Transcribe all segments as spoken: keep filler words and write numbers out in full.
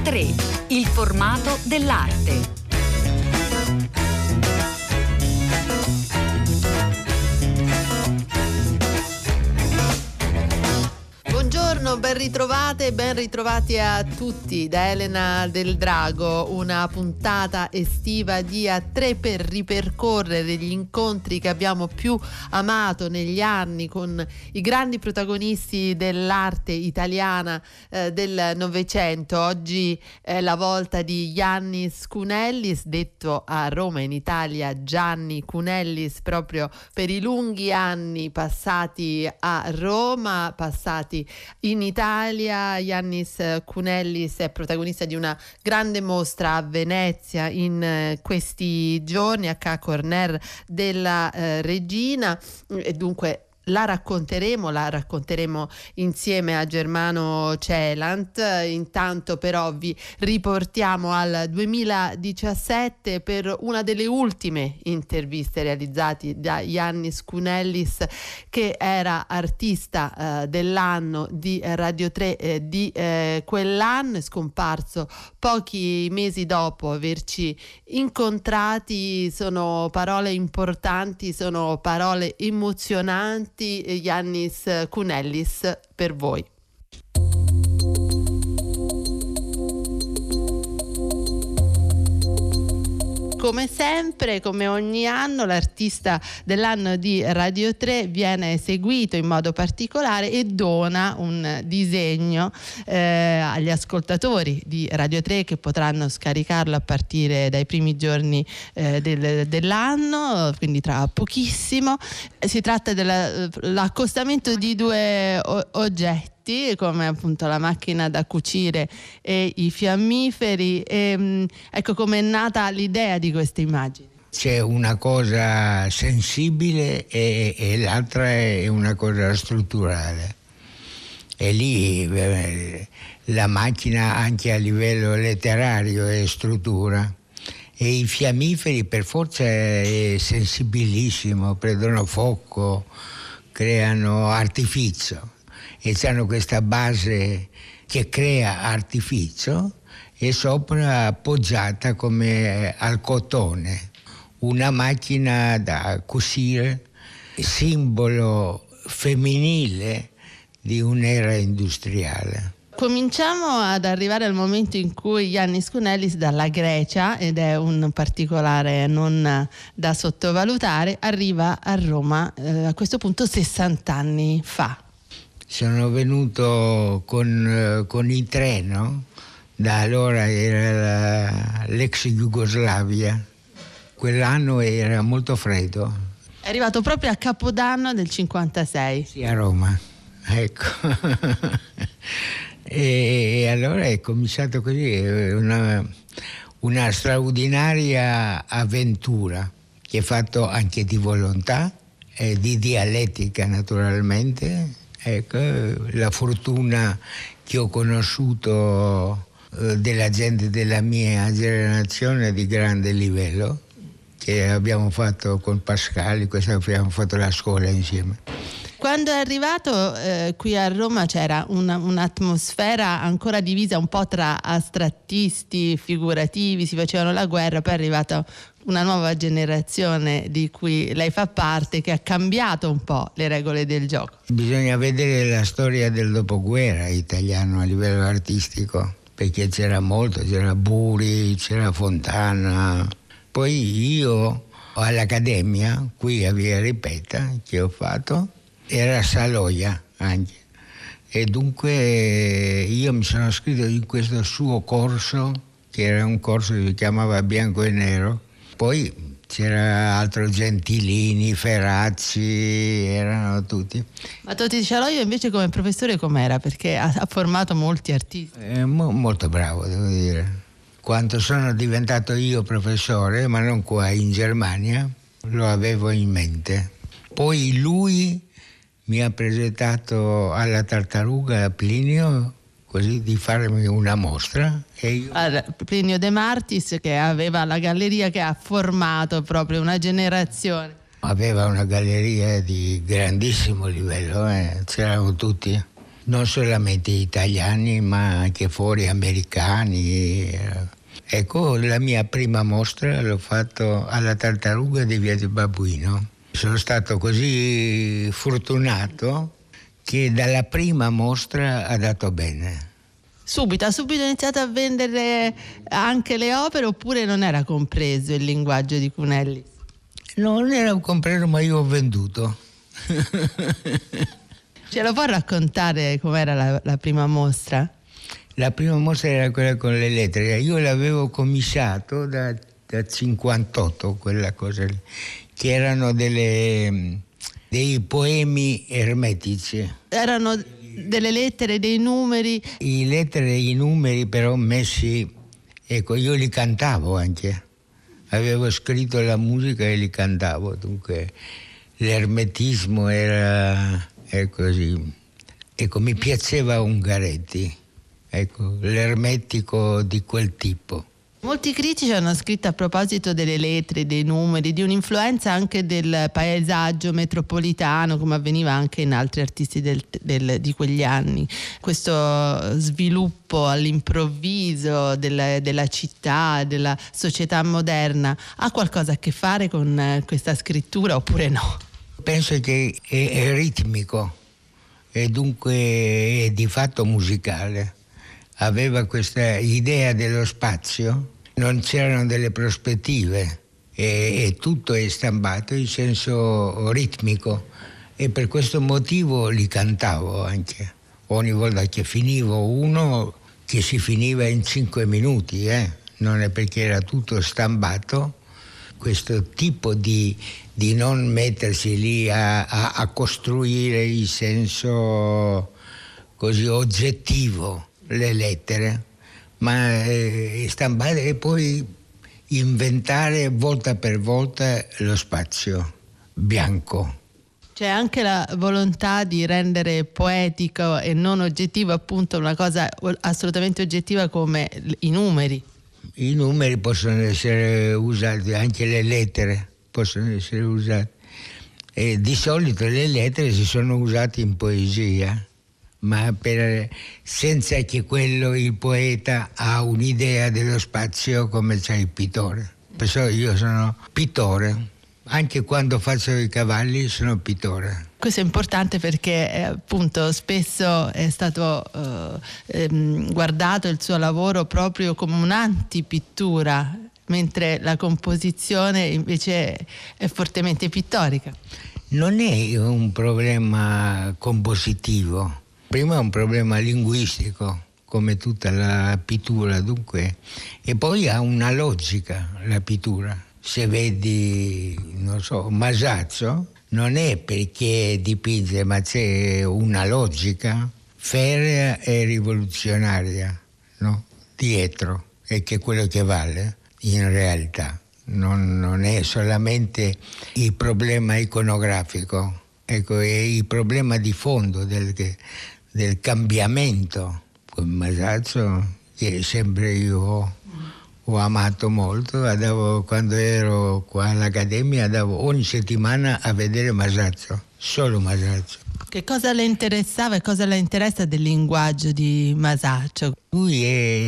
tre, il formato dell'arte. Buongiorno, ben ritrovate e ben ritrovati a tutti da Elena Del Drago, una puntata estiva di A tre per ripercorrere gli incontri che abbiamo più amato negli anni con i grandi protagonisti dell'arte italiana eh, del Novecento. Oggi è la volta di Iannis Kounellis, detto a Roma in Italia Gianni Kounellis, proprio per i lunghi anni passati a Roma, passati in Italia. Iannis Kounellis è protagonista di una grande mostra a Venezia in questi giorni, a Ca' Corner della eh, Regina, e dunque la racconteremo, la racconteremo insieme a Germano Celant. Intanto però vi riportiamo al duemiladiciassette per una delle ultime interviste realizzate da Iannis Kounellis, che era artista eh, dell'anno di Radio tre eh, di eh, quell'anno. È scomparso pochi mesi dopo averci incontrati. Sono parole importanti, sono parole emozionanti. Iannis Kounellis, per voi. Come sempre, come ogni anno, l'artista dell'anno di Radio tre viene seguito in modo particolare e dona un disegno eh, agli ascoltatori di Radio tre, che potranno scaricarlo a partire dai primi giorni eh, del, dell'anno, quindi tra pochissimo. Si tratta dell'accostamento di due o- oggetti come appunto la macchina da cucire e i fiammiferi. E, ecco come è nata l'idea di queste immagini. C'è una cosa sensibile e, e l'altra è una cosa strutturale, e lì eh, la macchina anche a livello letterario è struttura, e i fiammiferi per forza è sensibilissimo, prendono fuoco, creano artificio e hanno questa base che crea artificio, e sopra appoggiata come al cotone una macchina da cucire, simbolo femminile di un'era industriale. Cominciamo ad arrivare al momento in cui Iannis Kounellis, dalla Grecia, ed è un particolare non da sottovalutare, arriva a Roma eh, a questo punto sessanta anni fa. Sono venuto con, con il treno, da allora era la, l'ex Jugoslavia, quell'anno era molto freddo. È arrivato proprio a Capodanno del cinquantasei. Sì, a Roma, ecco. e, e allora è cominciato così, una, una straordinaria avventura che ho fatto anche di volontà e di dialettica, naturalmente. Ecco, la fortuna che ho conosciuto eh, della gente della mia generazione di grande livello, che abbiamo fatto con Pascali, questa abbiamo fatto la scuola insieme. Quando è arrivato eh, qui a Roma c'era una, un'atmosfera ancora divisa un po' tra astrattisti, figurativi, si facevano la guerra, poi è arrivata una nuova generazione di cui lei fa parte, che ha cambiato un po' le regole del gioco. Bisogna vedere la storia del dopoguerra italiano a livello artistico, perché c'era molto, c'era Buri, c'era Fontana. Poi io all'Accademia, qui a Via Ripetta, che ho fatto, era Saloia anche, e dunque io mi sono iscritto in questo suo corso, che era un corso che si chiamava Bianco e Nero. Poi c'era altro Gentilini, Ferrazzi, erano tutti. Ma Toti Scialoia invece come professore com'era? Perché ha, ha formato molti artisti. È mo- molto bravo, devo dire. Quando sono diventato io professore, ma non qua in Germania, lo avevo in mente. Poi lui mi ha presentato alla Tartaruga, a Plinio, così di farmi una mostra. E io... Allora, Plinio De Martis, che aveva la galleria che ha formato proprio una generazione. Aveva una galleria di grandissimo livello, eh. C'erano tutti. non solamente italiani ma anche fuori americani. Ecco, la mia prima mostra l'ho fatto alla Tartaruga di Via del Babuino. Sono stato così fortunato che dalla prima mostra ha dato bene. Subito, ha subito iniziato a vendere anche le opere oppure non era compreso il linguaggio di Cunelli? Non era compreso, ma io ho venduto. Ce lo può raccontare com'era la, la prima mostra? La prima mostra era quella con l'elettrica. Io l'avevo cominciato da, da cinquantotto, quella cosa lì, che erano delle, dei poemi ermetici. Erano delle lettere, dei numeri? I lettere e i numeri però messi, ecco, io li cantavo anche. Avevo scritto la musica e li cantavo, dunque l'ermetismo era è così. Ecco, mi piaceva Ungaretti, ecco, l'ermetico di quel tipo. Molti critici hanno scritto a proposito delle lettere, dei numeri, di un'influenza anche del paesaggio metropolitano, come avveniva anche in altri artisti del, del, di quegli anni. Questo sviluppo all'improvviso della, della città, della società moderna, ha qualcosa a che fare con questa scrittura oppure no? Penso che è, è ritmico e dunque è di fatto musicale. Aveva questa idea dello spazio, non c'erano delle prospettive e, e tutto è stambato in senso ritmico e per questo motivo li cantavo anche. Ogni volta che finivo uno, che si finiva in cinque minuti, eh? Non è perché era tutto stambato, questo tipo di, di non mettersi lì a, a, a costruire in senso così oggettivo le lettere, ma eh, stampare e poi inventare volta per volta lo spazio bianco. C'è anche la volontà di rendere poetico e non oggettivo appunto una cosa assolutamente oggettiva come i numeri. I numeri possono essere usati, anche le lettere possono essere usate. E di solito le lettere si sono usate in poesia, ma per, senza che quello il poeta ha un'idea dello spazio come c'è il pittore. Perciò io sono pittore, anche quando faccio i cavalli sono pittore. Questo è importante perché eh, appunto spesso è stato eh, ehm, guardato il suo lavoro proprio come un'antipittura, mentre la composizione invece è fortemente pittorica. Non è un problema compositivo. Prima è un problema linguistico, come tutta la pittura, dunque, e poi ha una logica la pittura. Se vedi, non so, Masaccio, non è perché dipinge, ma c'è una logica ferrea e rivoluzionaria, no? Dietro, e che è quello che vale in realtà. Non, non è solamente il problema iconografico, ecco, è il problema di fondo del che del cambiamento. Con Masaccio, che sempre io ho, ho amato molto, andavo, quando ero qua all'Accademia andavo ogni settimana a vedere Masaccio, solo Masaccio. Che cosa le interessava e cosa le interessa del linguaggio di Masaccio? Lui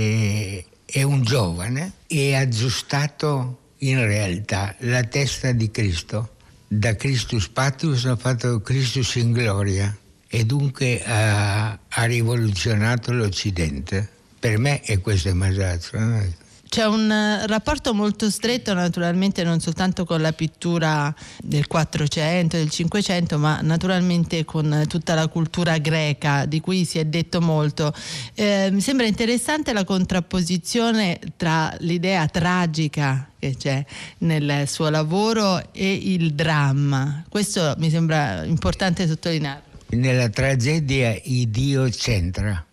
è, è un giovane e ha aggiustato in realtà la testa di Cristo. Da Christus Patrus ha fatto Christus in gloria. E dunque ha, ha rivoluzionato l'Occidente. Per me è questo è Masaccio. Eh? C'è un uh, rapporto molto stretto naturalmente non soltanto con la pittura del quattrocento, del cinquecento, ma naturalmente con tutta la cultura greca di cui si è detto molto. Eh, mi sembra interessante la contrapposizione tra l'idea tragica che c'è nel suo lavoro e il dramma. Questo mi sembra importante sottolinearlo. Nella tragedia il Dio c'entra,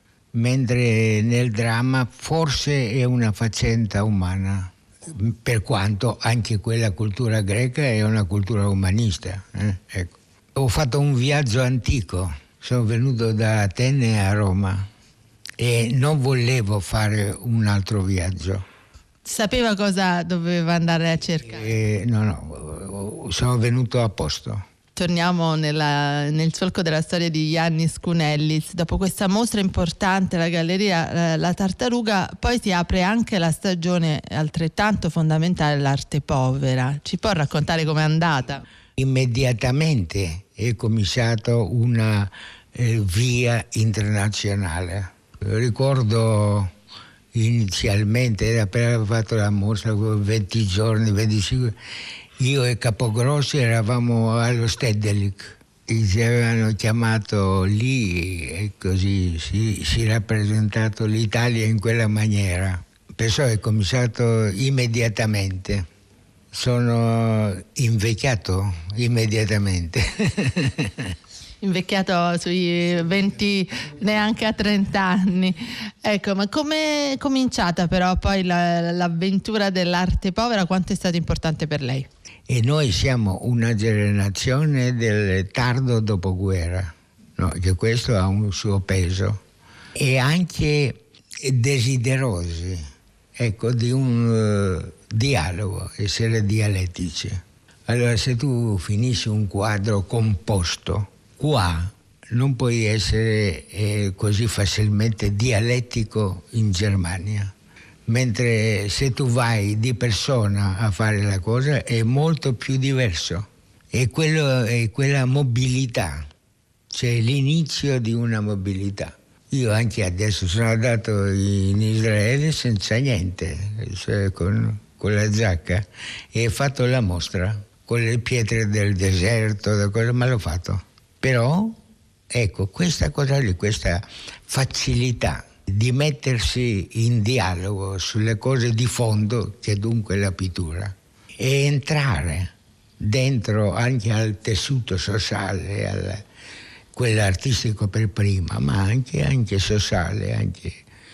mentre nel dramma forse è una faccenda umana, per quanto anche quella cultura greca è una cultura umanista. Eh? Ecco. Ho fatto un viaggio antico, sono venuto da Atene a Roma e non volevo fare un altro viaggio. Sapeva cosa doveva andare a cercare? Eh, no, no, sono venuto a posto. torniamo nella, nel solco della storia di Iannis Kounellis. Dopo questa mostra importante, la galleria eh, La Tartaruga, poi si apre anche la stagione altrettanto fondamentale, l'arte povera. Ci può raccontare com'è andata? Immediatamente è cominciato una eh, via internazionale. Ricordo inizialmente, era appena fatto la mostra, venti giorni, venticinque, io e Capogrossi eravamo allo Stedelijk, ci avevano chiamato lì e così si, si è rappresentato l'Italia in quella maniera. Perciò è cominciato immediatamente. Sono invecchiato immediatamente. Invecchiato sui venti, neanche a trenta anni. Ecco, ma come è cominciata però poi la, l'avventura dell'arte povera? Quanto è stato importante per lei? E noi siamo una generazione del tardo dopoguerra, no? Che questo ha un suo peso, e anche desiderosi, ecco, di un uh, dialogo, essere dialettici. Allora, se tu finisci un quadro composto, qua non puoi essere eh, così facilmente dialettico in Germania, mentre se tu vai di persona a fare la cosa è molto più diverso. E quello è quella mobilità, c'è l'inizio di una mobilità. Io anche adesso sono andato in Israele senza niente, cioè con, con la giacca, e ho fatto la mostra con le pietre del deserto, da cosa, ma l'ho fatto. Però, ecco, questa cosa lì, questa facilità di mettersi in dialogo sulle cose di fondo, che è dunque la pittura, e entrare dentro anche al tessuto sociale, al, quello artistico per prima, ma anche, anche sociale, anche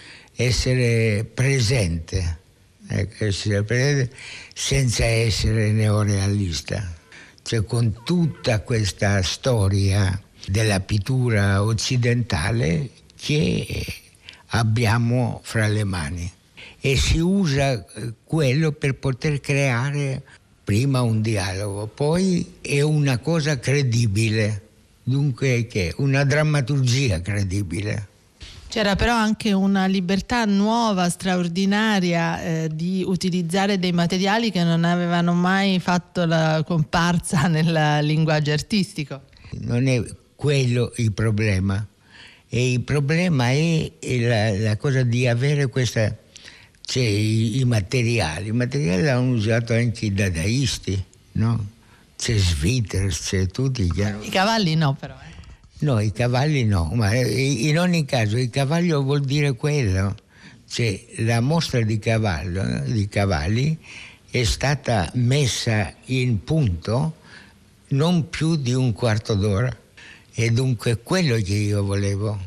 essere presente, ecco, essere presente senza essere neorealista. Cioè, con tutta questa storia della pittura occidentale che abbiamo fra le mani, e si usa quello per poter creare prima un dialogo, poi è una cosa credibile, dunque che una drammaturgia credibile. C'era però anche una libertà nuova, straordinaria, eh, di utilizzare dei materiali che non avevano mai fatto la comparsa nel linguaggio artistico. Non è quello il problema, e il problema è, è la, la cosa di avere questa, cioè i, i materiali. I materiali l'hanno usato anche i dadaisti, no? C'è Sviters, c'è tutti. I cavalli no, però. Eh. No, i cavalli no, ma in ogni caso il cavallo vuol dire quello. Cioè, la mostra di cavallo, di cavalli è stata messa in punto non più di un quarto d'ora, e dunque quello che io volevo.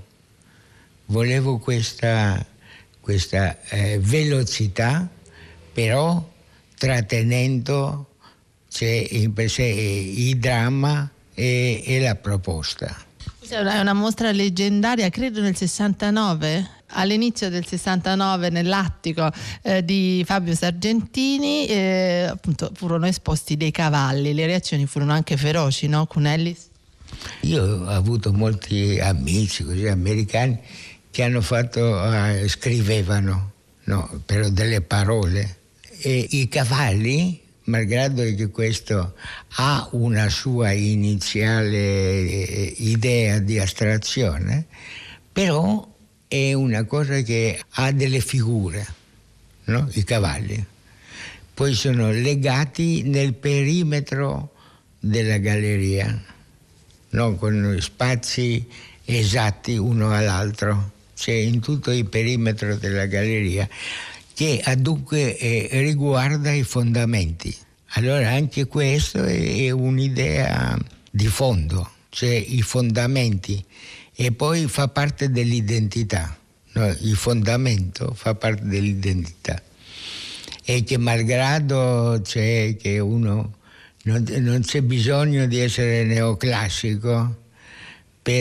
Volevo questa, questa eh, velocità, però trattenendo, cioè, in per sé il dramma e, e la proposta. È una mostra leggendaria, credo nel sessantanove, all'inizio del sessantanove, nell'attico eh, di Fabio Sargentini, eh, appunto furono esposti dei cavalli. Le reazioni furono anche feroci, no, Kounellis? Io ho avuto molti amici così americani che hanno fatto, eh, scrivevano, no, però delle parole, e i cavalli, malgrado che questo ha una sua iniziale idea di astrazione, però è una cosa che ha delle figure, no? I cavalli. Poi sono legati nel perimetro della galleria, no? Con spazi esatti uno all'altro, cioè in tutto il perimetro della galleria, che dunque eh, riguarda i fondamenti. Allora anche questo è, è un'idea di fondo, cioè i fondamenti, e poi fa parte dell'identità, no? Il fondamento fa parte dell'identità, e che malgrado c'è che uno non, non c'è bisogno di essere neoclassico per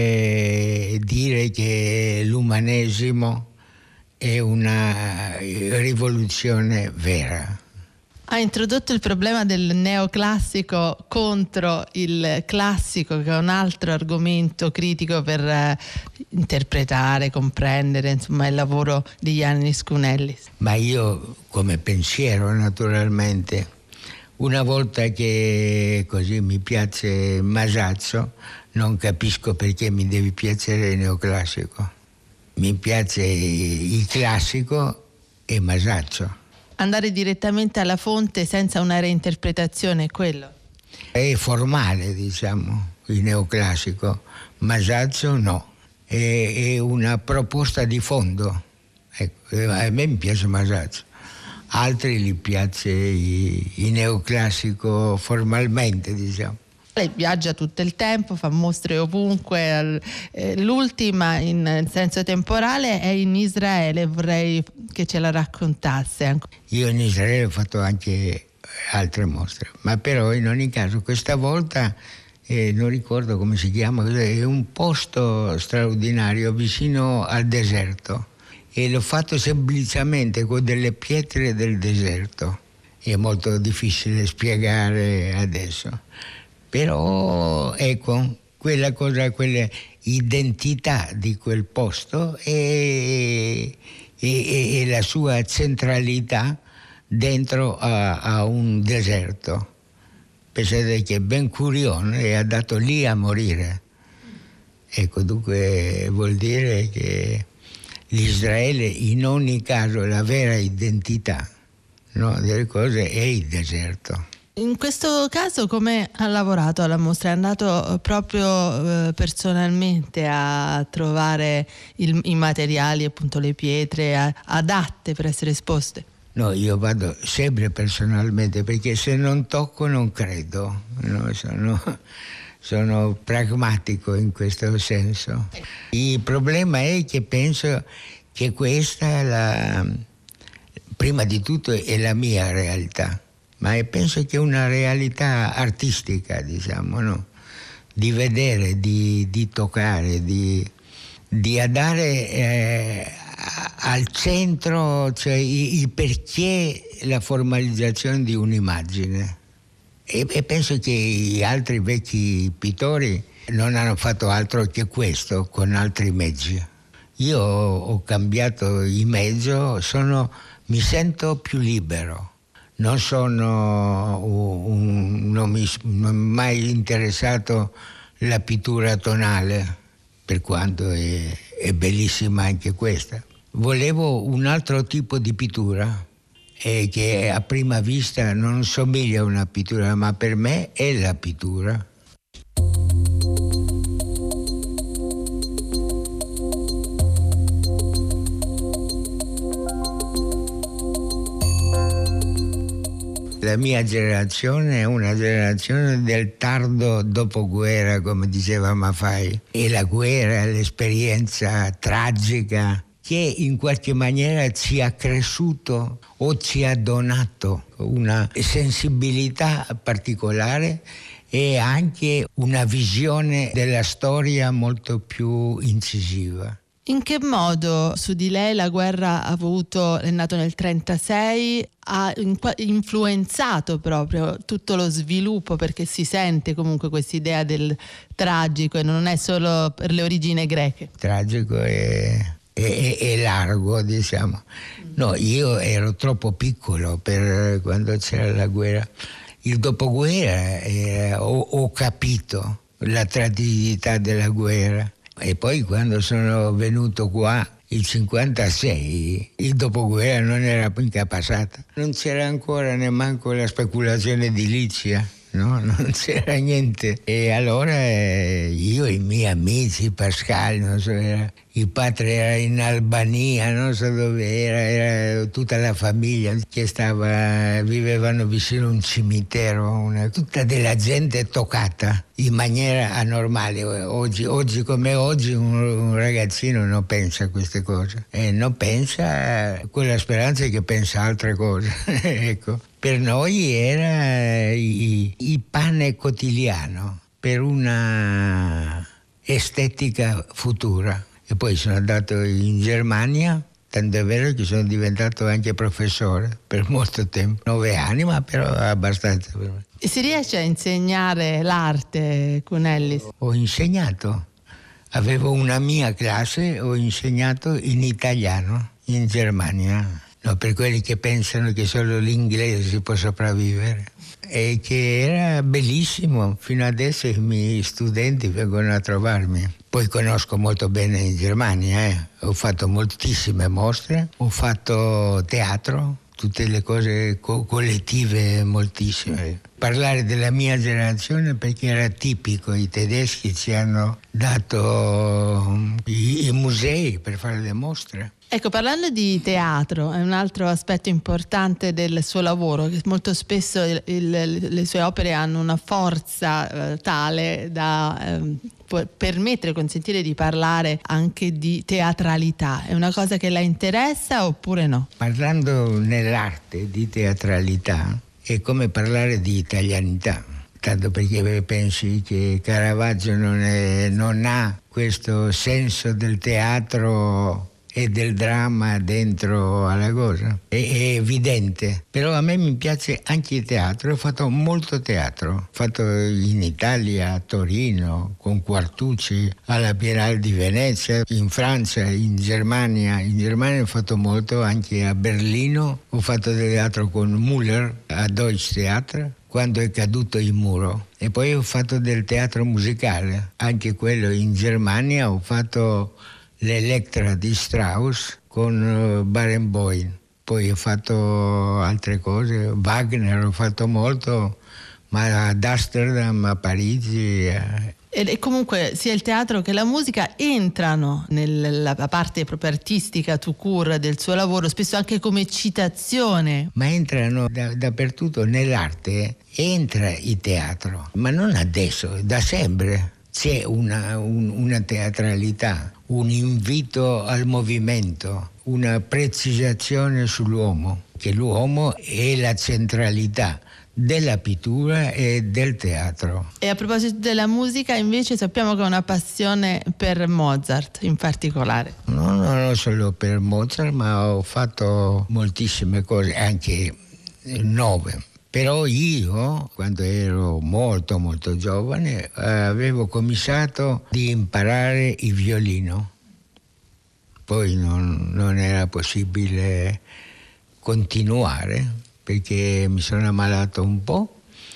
eh, dire che l'umanesimo è una rivoluzione vera. Ha introdotto il problema del neoclassico contro il classico, che è un altro argomento critico per eh, interpretare, comprendere, insomma, il lavoro di Iannis Kounellis. Ma io, come pensiero naturalmente, una volta che così mi piace Masaccio, non capisco perché mi deve piacere il neoclassico. Mi piace il classico e Masaccio. Andare direttamente alla fonte senza una reinterpretazione è quello? È formale, diciamo, il neoclassico. Masaccio no, è, è una proposta di fondo. Ecco, a me mi piace Masaccio, altri gli piace il, il neoclassico formalmente, diciamo. Lei viaggia tutto il tempo, fa mostre ovunque, l'ultima in senso temporale è in Israele, vorrei che ce la raccontasse. Io in Israele ho fatto anche altre mostre, ma però in ogni caso questa volta eh, non ricordo come si chiama, è un posto straordinario vicino al deserto e l'ho fatto semplicemente con delle pietre del deserto. È molto difficile spiegare adesso. Però ecco, quella cosa, quella identità di quel posto e, e, e la sua centralità dentro a, a un deserto. Pensate che Ben Gurion è andato lì a morire. Ecco, dunque vuol dire che l'Israele in ogni caso la vera identità, no, delle cose è il deserto. In questo caso come ha lavorato alla mostra? È andato proprio eh, personalmente a trovare il, i materiali, appunto le pietre a, adatte per essere esposte? No, io vado sempre personalmente perché se non tocco non credo, no? sono, sono pragmatico in questo senso. Il problema è che penso che questa è la, prima di tutto è la mia realtà. Ma penso che è una realtà artistica, diciamo, no? Di vedere, di, di toccare, di, di andare eh, al centro, cioè il perché la formalizzazione di un'immagine. E, e penso che gli altri vecchi pittori non hanno fatto altro che questo con altri mezzi. Io ho, ho cambiato i mezzi, sono, mi sento più libero. Non sono un, non mi non mi mai interessato la pittura tonale, per quanto è, è bellissima anche questa. Volevo un altro tipo di pittura eh, che a prima vista non somiglia a una pittura, ma per me è la pittura. La mia generazione è una generazione del tardo dopoguerra, come diceva Maffei, e la guerra, l'esperienza tragica che in qualche maniera ci ha cresciuto o ci ha donato una sensibilità particolare e anche una visione della storia molto più incisiva. In che modo su di lei la guerra ha avuto, è nato nel trentasei, ha influenzato proprio tutto lo sviluppo, perché si sente comunque questa idea del tragico e non è solo per le origini greche? Tragico e, e, e largo, diciamo. No, io ero troppo piccolo per quando c'era la guerra. Il dopoguerra eh, ho, ho capito la tragicità della guerra. E poi quando sono venuto qua, il cinquantasei, il dopoguerra non era mica passata. Non c'era ancora neanche la speculazione edilizia, no? Non c'era niente. E allora eh, io e i miei amici, Pascal, non so, era, il padre era in Albania, non so dove era, era tutta la famiglia che stava, vivevano vicino a un cimitero, una, tutta della gente toccata in maniera anormale. Oggi, oggi come oggi un, un ragazzino non pensa a queste cose, e non pensa a quella speranza che pensa a altre cose. Ecco. Per noi era il, il pane quotidiano per una estetica futura. E poi sono andato in Germania Tanto è vero che sono diventato anche professore per molto tempo, nove anni, ma però abbastanza per me. E si riesce a insegnare l'arte, Cunellis? Ho insegnato, avevo una mia classe, ho insegnato in italiano in Germania. No, per quelli che pensano che solo l'inglese si può sopravvivere. E che era bellissimo, fino adesso i miei studenti vengono a trovarmi. Poi conosco molto bene in Germania, eh. Ho fatto moltissime mostre, ho fatto teatro, tutte le cose co- collettive moltissime. Parlare della mia generazione perché era tipico, i tedeschi ci hanno dato i, i musei per fare le mostre. Ecco, parlando di teatro, è un altro aspetto importante del suo lavoro, che molto spesso il, il, le sue opere hanno una forza eh, tale da eh, permettere, consentire di parlare anche di teatralità. È una cosa che la interessa oppure no? Parlando nell'arte di teatralità è come parlare di italianità. Tanto perché pensi che Caravaggio non, è, non ha questo senso del teatro e del dramma dentro alla cosa, è, è evidente. Però a me mi piace anche il teatro, ho fatto molto teatro, ho fatto in Italia, a Torino, con Quartucci, alla Biennale di Venezia, in Francia, in Germania. In Germania ho fatto molto, anche a Berlino, ho fatto teatro con Müller a Deutsche Theater, quando è caduto il muro. E poi ho fatto del teatro musicale, anche quello in Germania. Ho fatto l'Electra di Strauss con Barenboim. Poi ho fatto altre cose, Wagner ho fatto molto, ma ad Amsterdam, a Parigi. Eh. E comunque sia il teatro che la musica entrano nella parte proprio artistica, tout court, del suo lavoro, spesso anche come citazione. Ma entrano da, dappertutto, nell'arte entra il teatro, ma non adesso, da sempre. C'è una, un, una teatralità, un invito al movimento, una precisazione sull'uomo, che l'uomo è la centralità della pittura e del teatro. E a proposito della musica, invece, sappiamo che ha una passione per Mozart in particolare. No, no, non solo per Mozart, ma ho fatto moltissime cose, anche nove. Però io, quando ero molto molto giovane, avevo cominciato di imparare il violino. Poi non, non era possibile continuare perché mi sono ammalato un po'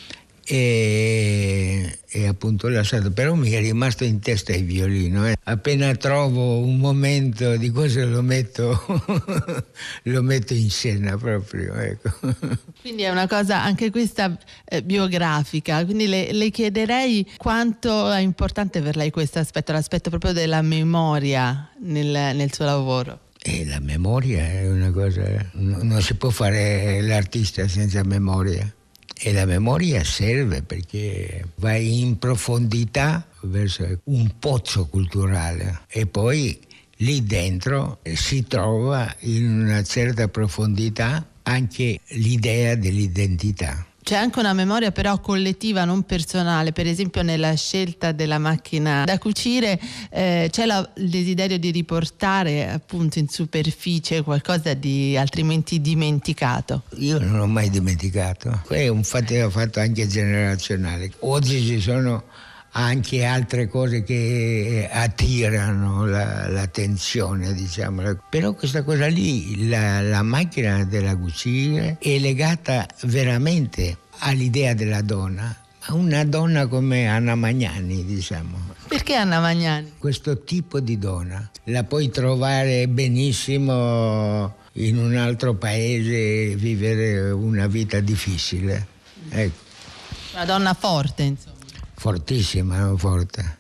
e, e appunto ho lasciato. Però mi è rimasto in testa il violino. Eh. Appena trovo un momento di cosa lo metto, lo metto in scena proprio. Ecco. Quindi è una cosa anche questa eh, biografica, quindi le, le chiederei quanto è importante per lei questo aspetto, l'aspetto proprio della memoria nel, nel suo lavoro. E la memoria è una cosa, non si può fare l'artista senza memoria. E la memoria serve perché vai in profondità verso un pozzo culturale e poi lì dentro si trova in una certa profondità anche l'idea dell'identità. C'è anche una memoria però collettiva, non personale. Per esempio nella scelta della macchina da cucire eh, c'è la, il desiderio di riportare appunto in superficie qualcosa di altrimenti dimenticato. Io non ho mai dimenticato, è un fatto, fatto anche generazionale. Oggi ci sono anche altre cose che attirano la, l'attenzione, diciamo. Però questa cosa lì, la, la macchina della cucire, è legata veramente all'idea della donna. Una donna come Anna Magnani, diciamo. Perché Anna Magnani? Questo tipo di donna la puoi trovare benissimo in un altro paese e vivere una vita difficile. Ecco. Una donna forte, insomma. Fortissima, non forte.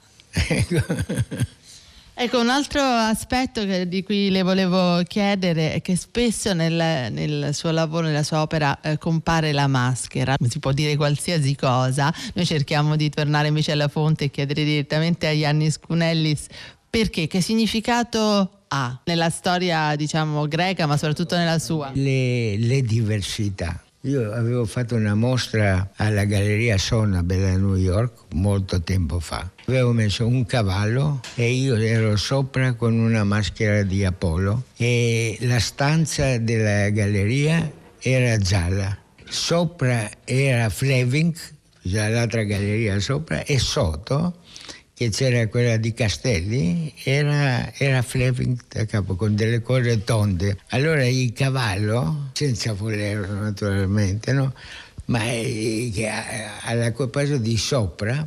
Ecco, un altro aspetto che, di cui le volevo chiedere è che spesso nel, nel suo lavoro, nella sua opera, eh, compare la maschera. Si può dire qualsiasi cosa. Noi cerchiamo di tornare invece alla fonte e chiedere direttamente a Iannis Cunellis perché, che significato ha nella storia, diciamo, greca, ma soprattutto nella sua. Le, le diversità. Io avevo fatto una mostra alla Galleria Sonnabel a New York molto tempo fa. Avevo messo un cavallo e io ero sopra con una maschera di Apollo e la stanza della galleria era gialla. Sopra era Fleming, l'altra galleria sopra, e sotto, che c'era quella di Castelli, era, era Fleming da capo, con delle cose tonde. Allora il cavallo, senza volerlo naturalmente, no? Ma eh, alla cosa di sopra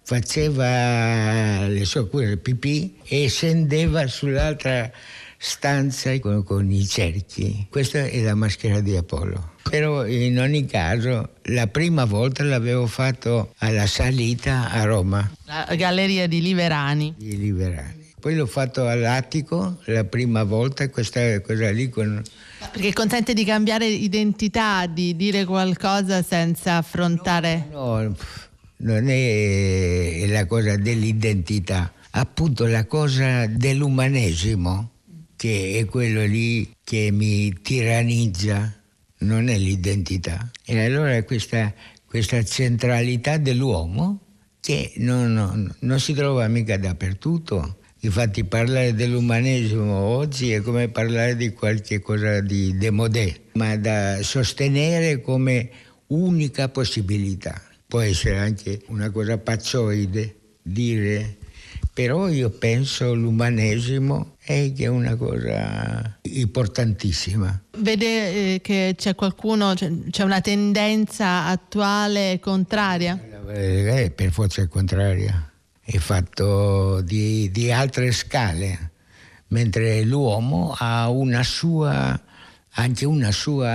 faceva le sue cure pipì e scendeva sull'altra stanza con, con i cerchi. Questa è la maschera di Apollo. Però in ogni caso la prima volta l'avevo fatto alla Salita a Roma. La galleria di Liverani. Di Liverani. Poi l'ho fatto all'Attico la prima volta, questa cosa lì con... Perché consente di cambiare identità, di dire qualcosa senza affrontare... No, no, non è la cosa dell'identità, appunto la cosa dell'umanesimo, che è quello lì che mi tirannizza, non è l'identità. E allora questa, questa centralità dell'uomo che non, non, non si trova mica dappertutto. Infatti parlare dell'umanesimo oggi è come parlare di qualche cosa di démodé, ma da sostenere come unica possibilità. Può essere anche una cosa pazzoide dire, però io penso l'umanesimo è che è una cosa importantissima. Vede eh, che c'è qualcuno, c'è, c'è una tendenza attuale contraria? Eh, per forza è contraria. È fatto di, di altre scale, mentre l'uomo ha una sua, anche una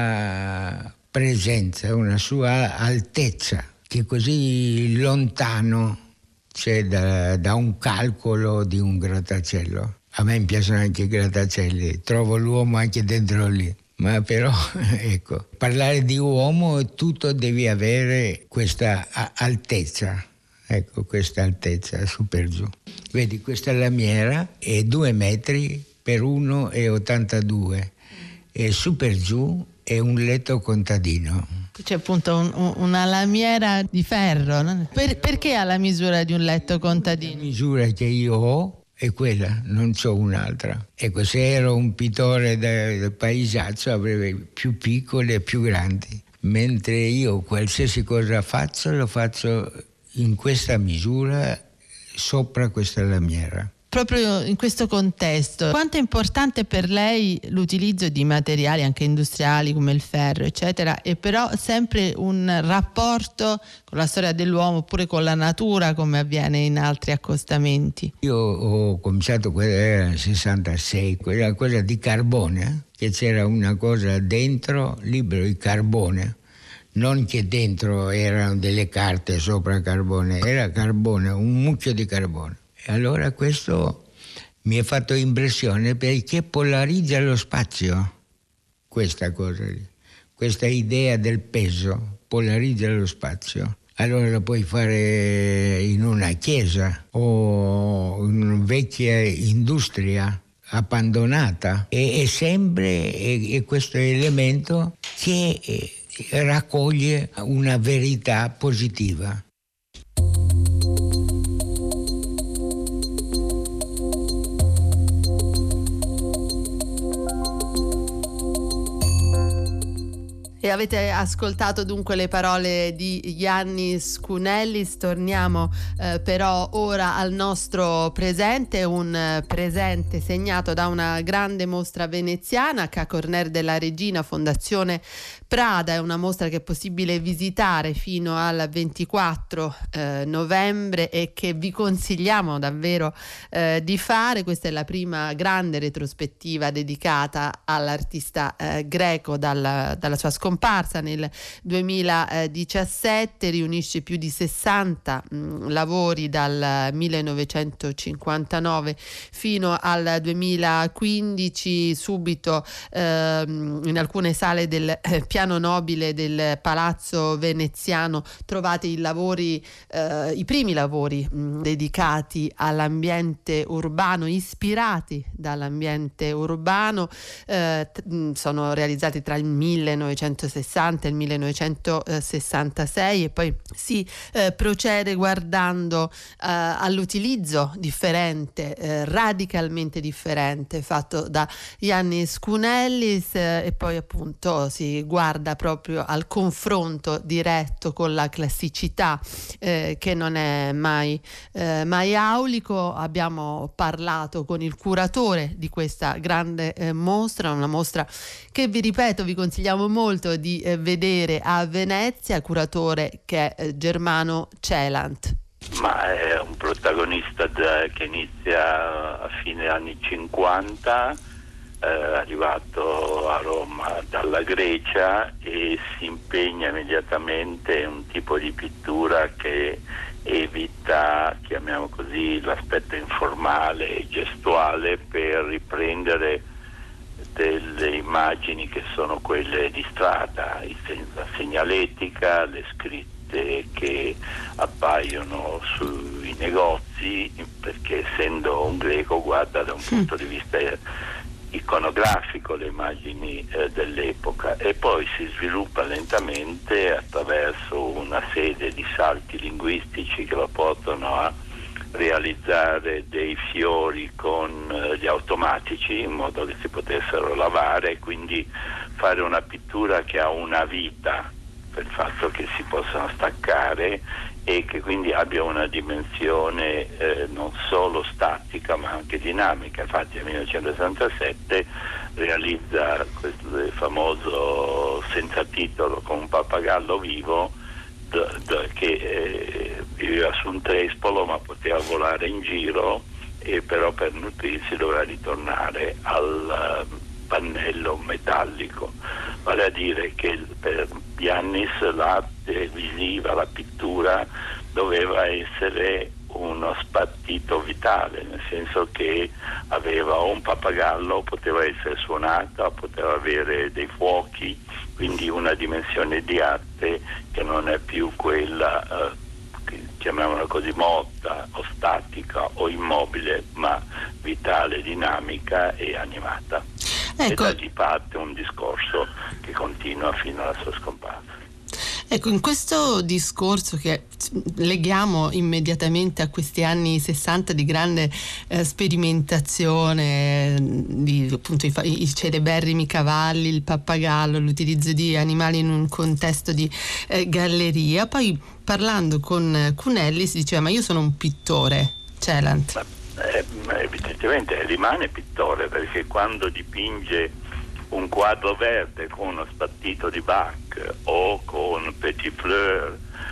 sua presenza, una sua altezza, che è così lontano c'è da, da un calcolo di un grattacielo. A me piacciono anche i grattacieli, trovo l'uomo anche dentro lì. Ma però, ecco, parlare di uomo tutto devi avere questa altezza. Ecco, questa altezza, su per giù. Vedi, questa lamiera è due metri per uno e ottantadue e su per giù è un letto contadino. C'è appunto un, un, una lamiera di ferro, no? Per, perché ha la misura di un letto contadino? La misura che io ho è quella, non c'ho un'altra. Ecco, se ero un pittore del paesaggio avrei più piccole e più grandi, mentre io qualsiasi cosa faccio lo faccio in questa misura sopra questa lamiera. Proprio in questo contesto, quanto è importante per lei l'utilizzo di materiali anche industriali come il ferro, eccetera, e però sempre un rapporto con la storia dell'uomo oppure con la natura come avviene in altri accostamenti? Io ho cominciato, quella era nel sessantasei, quella cosa di carbone, che c'era una cosa dentro, libero di carbone. Non che dentro erano delle carte sopra carbone, era carbone, un mucchio di carbone. E allora questo mi ha fatto impressione perché polarizza lo spazio, questa cosa lì. Questa idea del peso polarizza lo spazio. Allora lo puoi fare in una chiesa o in una vecchia industria abbandonata. E è sempre è, è questo elemento che... È, raccoglie una verità positiva. E avete ascoltato dunque le parole di Iannis Kounellis. Torniamo eh, però ora al nostro presente, un eh, presente segnato da una grande mostra veneziana, Ca Corner della Regina, Fondazione Prada. È una mostra che è possibile visitare fino al ventiquattro eh, novembre e che vi consigliamo davvero eh, di fare. Questa è la prima grande retrospettiva dedicata all'artista eh, greco dalla, dalla sua scomparsa nel duemiladiciassette. Riunisce più di sessanta mh, lavori dal millenovecentocinquantanove fino al duemilaquindici. Subito ehm, in alcune sale del eh, piano nobile del Palazzo Veneziano trovate i lavori, eh, i primi lavori mh, dedicati all'ambiente urbano, ispirati dall'ambiente urbano. Eh, t- mh, sono realizzati tra il millenovecentosessanta millenovecentosessanta e il millenovecentosessantasei, e poi si eh, procede guardando eh, all'utilizzo differente, eh, radicalmente differente, fatto da Iannis Kounellis, eh, e poi appunto si guarda proprio al confronto diretto con la classicità, eh, che non è mai, eh, mai aulico. Abbiamo parlato con il curatore di questa grande eh, mostra, una mostra che vi ripeto vi consigliamo molto di eh, vedere a Venezia, curatore che è eh, Germano Celant. Ma è un protagonista da, che inizia a fine anni cinquanta, eh, arrivato a Roma dalla Grecia, e si impegna immediatamente in un tipo di pittura che evita, chiamiamo così, l'aspetto informale e gestuale per riprendere delle immagini che sono quelle di strada, la segnaletica, le scritte che appaiono sui negozi, perché essendo un greco guarda da un punto di vista iconografico le immagini eh, dell'epoca, e poi si sviluppa lentamente attraverso una serie di salti linguistici che lo portano a realizzare dei fiori con eh, gli automatici in modo che si potessero lavare, e quindi fare una pittura che ha una vita per il fatto che si possano staccare e che quindi abbia una dimensione eh, non solo statica ma anche dinamica. Infatti nel millenovecentosessantasette realizza questo famoso senza titolo con un pappagallo vivo d- d- che eh, viveva su un trespolo ma poteva volare in giro, e però per nutrirsi doveva ritornare al uh, pannello metallico. Vale a dire che per Iannis l'arte visiva, la pittura, doveva essere uno spartito vitale, nel senso che aveva un pappagallo, poteva essere suonata, poteva avere dei fuochi, quindi una dimensione di arte che non è più quella eh, che chiamiamola così morta o statica o immobile, ma vitale, dinamica e animata. Ecco. E da lì parte un discorso che continua fino alla sua scomparsa. Ecco, in questo discorso che leghiamo immediatamente a questi anni sessanta di grande eh, sperimentazione, di appunto i, i celeberrimi cavalli, il pappagallo, l'utilizzo di animali in un contesto di eh, galleria, poi parlando con Kounellis diceva: ma io sono un pittore, Celant. Eh, evidentemente rimane pittore, perché quando dipinge un quadro verde con uno spartito di Bach o con Petit Fleur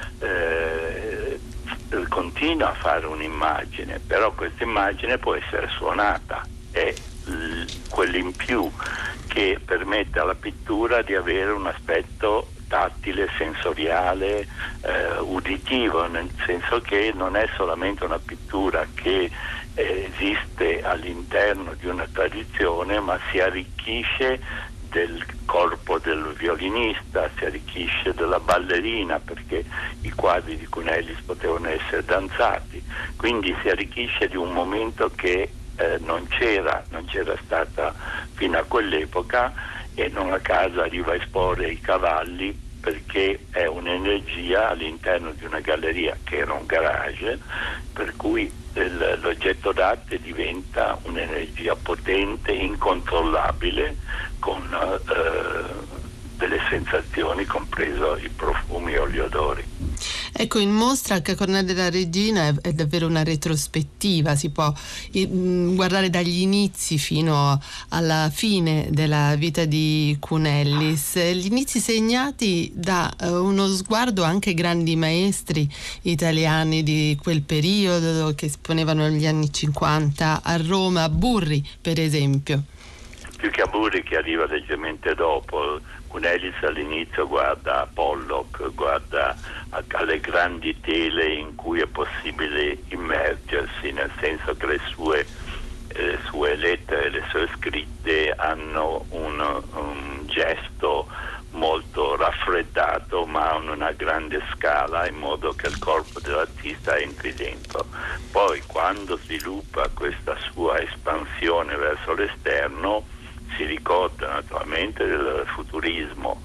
eh, continua a fare un'immagine, però questa immagine può essere suonata, è l- quell'in più che permette alla pittura di avere un aspetto tattile, sensoriale, eh, uditivo, nel senso che non è solamente una pittura che esiste all'interno di una tradizione, ma si arricchisce del corpo del violinista, si arricchisce della ballerina, perché i quadri di Kounellis potevano essere danzati, quindi si arricchisce di un momento che eh, non c'era, non c'era stata fino a quell'epoca, e non a caso arriva a esporre i cavalli, perché è un'energia all'interno di una galleria che era un garage, per cui l'oggetto d'arte diventa un'energia potente, incontrollabile, con eh, delle sensazioni, compreso i profumi o gli odori. Ecco, in mostra anche a Cornell della Regina è, è davvero una retrospettiva, si può eh, guardare dagli inizi fino alla fine della vita di Kounellis, gli inizi segnati da eh, uno sguardo anche ai grandi maestri italiani di quel periodo che esponevano negli anni cinquanta a Roma, Burri per esempio. Più che a Burri, che arriva leggermente dopo, Kounellis all'inizio guarda a Pollock, guarda a, alle grandi tele in cui è possibile immergersi, nel senso che le sue, le sue lettere, le sue scritte hanno un, un gesto molto raffreddato, ma hanno una grande scala, in modo che il corpo dell'artista entri dentro. Poi quando sviluppa questa sua espansione verso l'esterno, si ricorda naturalmente del futurismo,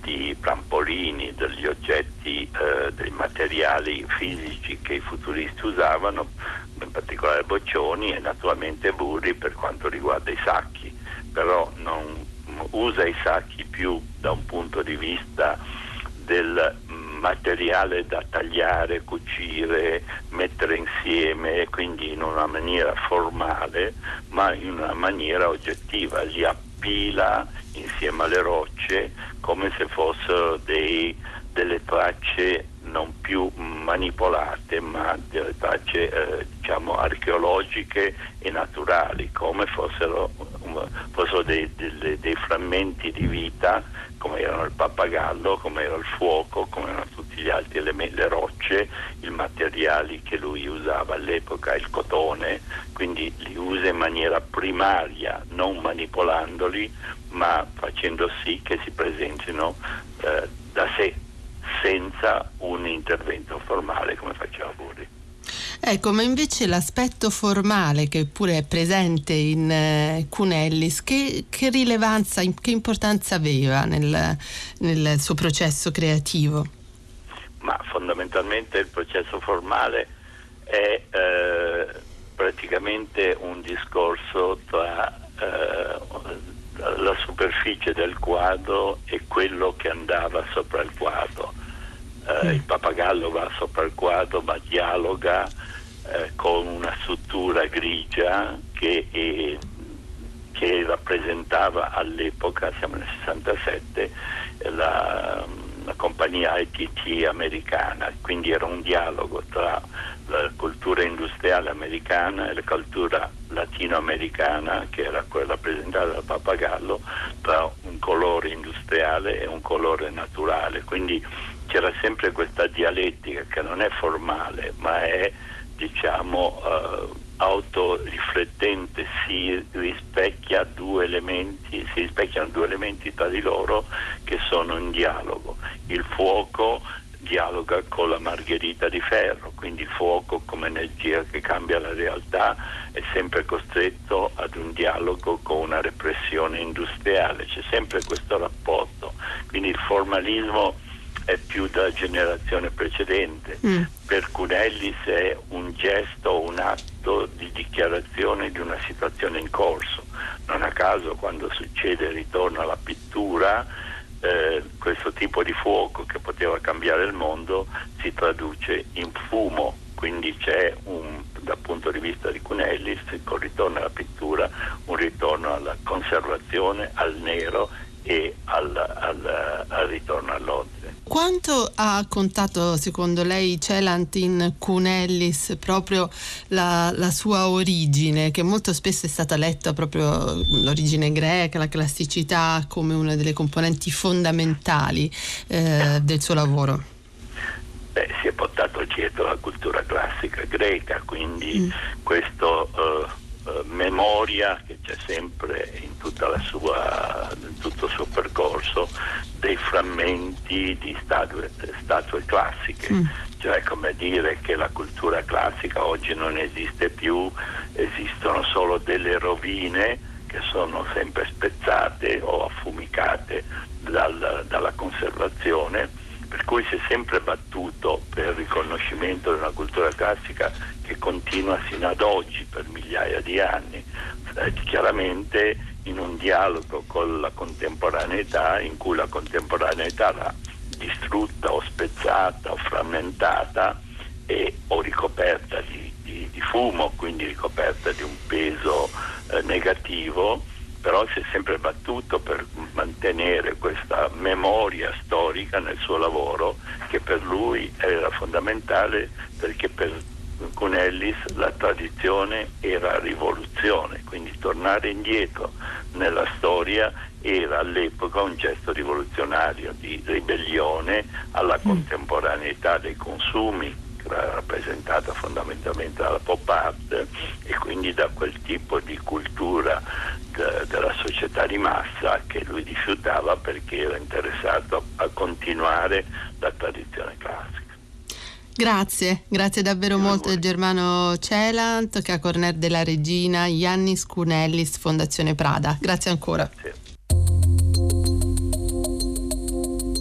di trampolini, degli oggetti, eh, dei materiali fisici che i futuristi usavano, in particolare boccioni, e naturalmente burri per quanto riguarda i sacchi, però non usa i sacchi più da un punto di vista del materiale da tagliare, cucire, mettere insieme, quindi in una maniera formale, ma in una maniera oggettiva. Li appila insieme alle rocce come se fossero dei, delle tracce non più manipolate, ma delle tracce eh, diciamo archeologiche e naturali, come fossero, fossero dei, dei, dei frammenti di vita, come erano il pappagallo, come era il fuoco, come erano tutti gli altri elementi, le rocce, i materiali che lui usava all'epoca, il cotone, quindi li usa in maniera primaria, non manipolandoli, ma facendo sì che si presentino eh, da sé, senza un intervento formale come faceva Burri. Ecco, ma invece l'aspetto formale che pure è presente in eh, Cunellis, che, che rilevanza, che importanza aveva nel, nel suo processo creativo? Ma fondamentalmente il processo formale è eh, praticamente un discorso tra eh, la superficie del quadro e quello che andava sopra il quadro. Eh, mm. Il pappagallo va sopra il quadro, ma dialoga eh, con una struttura grigia che, è, che rappresentava all'epoca, siamo nel sessantasette, la, la compagnia I T T americana, quindi era un dialogo tra la cultura industriale americana e la cultura latinoamericana, che era quella rappresentata dal pappagallo, tra un colore industriale e un colore naturale. Quindi c'era sempre questa dialettica che non è formale, ma è, diciamo, eh, autoriflettente, si rispecchia due elementi, si rispecchiano due elementi tra di loro che sono in dialogo. Il fuoco dialoga con la margherita di ferro, quindi il fuoco come energia che cambia la realtà è sempre costretto ad un dialogo con una repressione industriale, c'è sempre questo rapporto, quindi il formalismo è più da generazione precedente. Mm. Per Cunellis è un gesto, un atto di dichiarazione di una situazione in corso. Non a caso quando succede il ritorno alla pittura, eh, questo tipo di fuoco che poteva cambiare il mondo si traduce in fumo, quindi c'è un, dal punto di vista di Cunellis, col ritorno alla pittura, un ritorno alla conservazione, al nero e al, al, al ritorno all'ordine. Quanto ha contato secondo lei Celant in Cunellis proprio la, la sua origine, che molto spesso è stata letta proprio l'origine greca, la classicità, come una delle componenti fondamentali eh, del suo lavoro? Beh, si è portato dietro la cultura classica greca, quindi mm. questo uh, uh, memoria che c'è sempre in tutta la sua, in tutto il suo percorso, dei frammenti di statue, statue classiche, mm. cioè come dire che la cultura classica oggi non esiste più, esistono solo delle rovine che sono sempre spezzate o affumicate dal, dalla conservazione, per cui si è sempre battuto per il riconoscimento di una cultura classica che continua sino ad oggi per migliaia di anni, eh, chiaramente in un dialogo con la contemporaneità, in cui la contemporaneità l'ha distrutta o spezzata o frammentata e o ricoperta di, di, di fumo, quindi ricoperta di un peso eh, negativo, però si è sempre battuto per mantenere questa memoria storica nel suo lavoro, che per lui era fondamentale, perché per Cunellis la tradizione era rivoluzione, quindi tornare indietro nella storia era all'epoca un gesto rivoluzionario di ribellione alla contemporaneità dei consumi, rappresentata fondamentalmente dalla pop art, e quindi da quel tipo di cultura de- della società di massa che lui rifiutava, perché era interessato a continuare la tradizione classica. Grazie, grazie davvero Io molto a Germano Celant, che a Corner della Regina, Iannis Cunellis, Fondazione Prada. Grazie ancora. Sì.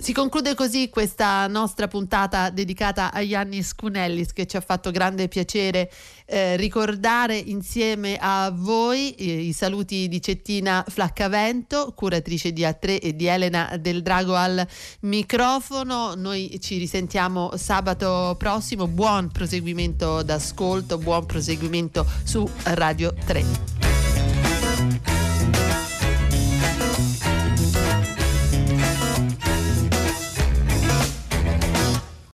Si conclude così questa nostra puntata dedicata a Iannis Kounellis, che ci ha fatto grande piacere eh, ricordare insieme a voi. eh, i saluti di Cettina Flaccavento, curatrice di A tre, e di Elena Del Drago al microfono. Noi ci risentiamo sabato prossimo. Buon proseguimento d'ascolto, buon proseguimento su Radio tre.